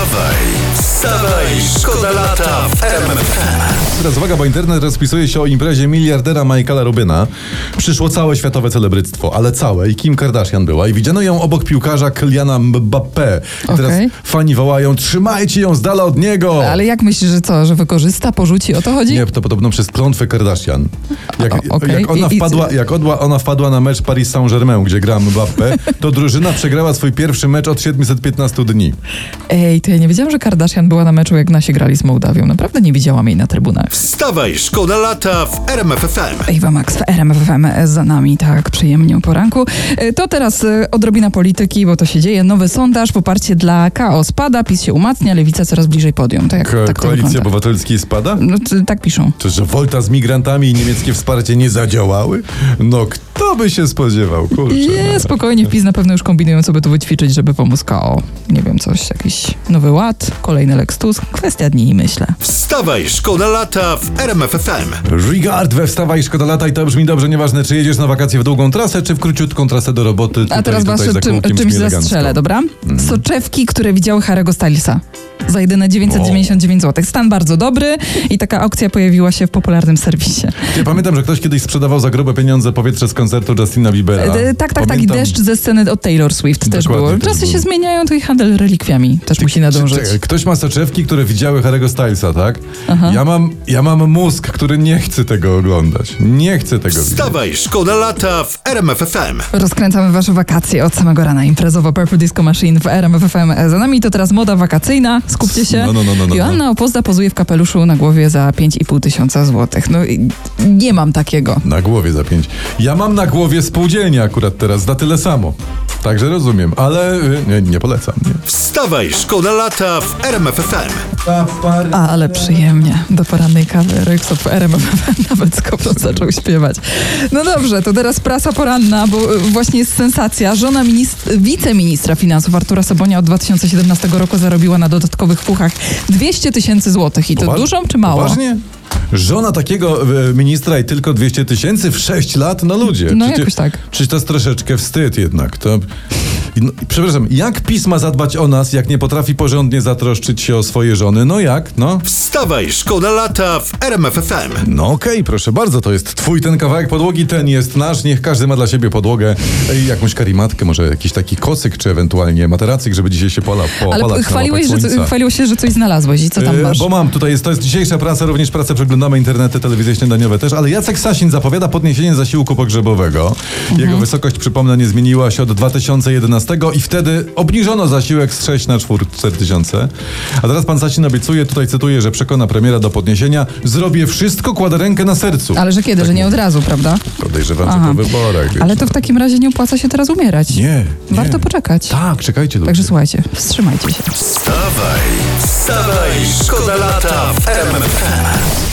Wstawaj, szkoda lata w RMF FM. Teraz uwaga, bo internet rozpisuje się o imprezie miliardera Michaela Robina. Przyszło całe światowe celebryctwo, ale całe. I Kim Kardashian była. I widziano ją obok piłkarza Kyliana Mbappé. I teraz fani wołają: trzymajcie ją z dala od niego! Ale jak myślisz, że co? Że wykorzysta, porzuci? O to chodzi? Nie, to podobno przez klątwę Kardashian. Jak ona wpadła na mecz Paris Saint-Germain, gdzie gra Mbappé, to drużyna przegrała swój pierwszy mecz od 715 dni. Ej, to ja nie wiedziałam, że Kardashian była na meczu, jak nasi grali z Mołdawią. Naprawdę nie widziałam jej na trybunach. Wstawaj, szkoda lata w RMF FM. Ewa Max w RMF FM za nami, tak przyjemnie o poranku. To teraz odrobina polityki, bo to się dzieje. Nowy sondaż, poparcie dla KO spada, PiS się umacnia, Lewica coraz bliżej podium. Tak to Koalicja Obywatelskiej spada? No, tak piszą. To, że Wolta z migrantami i niemieckie wsparcie nie zadziałały? No kto by się spodziewał, kurczę. Nie, spokojnie, PiS na pewno już kombinują, co by tu wyćwiczyć, żeby pomóc KO. Nie wiem, coś, jakiś nowy ład, kolejny Lex Tusk, kwestia dni, myślę. Wstawaj, szkoda lata w RMF FM. Rigard we Wstawaj, szkoda lata i to brzmi dobrze, nieważne czy jedziesz na wakacje w długą trasę, czy w króciutką trasę do roboty. A teraz was czymś zastrzelę, dobra? Soczewki, które widziały Harry'ego Stylesa. Za jedyne 999 zł. Stan bardzo dobry i taka aukcja pojawiła się w popularnym serwisie. Ja pamiętam, że ktoś kiedyś sprzedawał za grube pieniądze powietrze z koncertu Justina Biebera. Tak. I deszcz ze sceny od Taylor Swift też było. Czasy się zmieniają, to i handel relikwiami też musi nadążyć. Ktoś ma soczewki, które widziały Harry'ego Stylesa, tak? Aha. Ja mam mózg, który nie chce tego oglądać. Nie chce tego widzieć. Wstawaj, szkoda lata w RMF FM. Rozkręcamy wasze wakacje od samego rana. Imprezowo Purple Disco Machine w RMF FM za nami. To teraz moda wakacyjna. Skupcie się. Joanna Opozda pozuje w kapeluszu na głowie za 5,5 złotych. No nie mam takiego. Na głowie za 5. Ja mam na głowie spółdzielnię akurat teraz za tyle samo. Także rozumiem, ale nie polecam. Nie. Wstawaj, szkoda lata w RMF FM. Ale przyjemnie. Do porannej kawy Rexop w RMF FM nawet Skowron zaczął śpiewać. No dobrze, to teraz prasa poranna, bo właśnie jest sensacja. Żona wiceministra finansów Artura Sobonia od 2017 roku zarobiła na dodatkowych fuchach 200 000 złotych. I to dużo czy mało? Poważnie? Żona takiego ministra i tylko 200 000 w 6 lat? No ludzie. No jakoś tak. Przecież to jest troszeczkę wstyd jednak. Przepraszam, jak PiS ma zadbać o nas, jak nie potrafi porządnie zatroszczyć się o swoje żony? No jak? No. Wstawaj, szkoda lata w RMF FM. No okej, proszę bardzo, to jest twój ten kawałek podłogi, ten jest nasz, niech każdy ma dla siebie podłogę, jakąś karimatkę, może jakiś taki kocyk, czy ewentualnie materacyk, żeby dzisiaj się polać. Ale chwaliłeś się, że coś znalazłeś i co tam masz? Bo mam, to jest dzisiejsza praca, również pracę przeglądamy, internety, telewizje śniadaniowe też, ale Jacek Sasin zapowiada podniesienie zasiłku pogrzebowego. Jego wysokość, przypomnę, nie zmieniła się od 2011 i wtedy obniżono zasiłek z 6 na 4 tysiące. A teraz pan Sasin obiecuje, tutaj cytuję, że przekona premiera do podniesienia. Zrobię wszystko, kładę rękę na sercu. Ale że kiedy? Tak, że nie od razu, prawda? Podejrzewam, że po wyborach. Ale to w takim razie nie opłaca się teraz umierać. Nie. Warto poczekać. Tak, czekajcie. Także słuchajcie, wstrzymajcie się. Wstawaj, szkoda lata w RMF FM.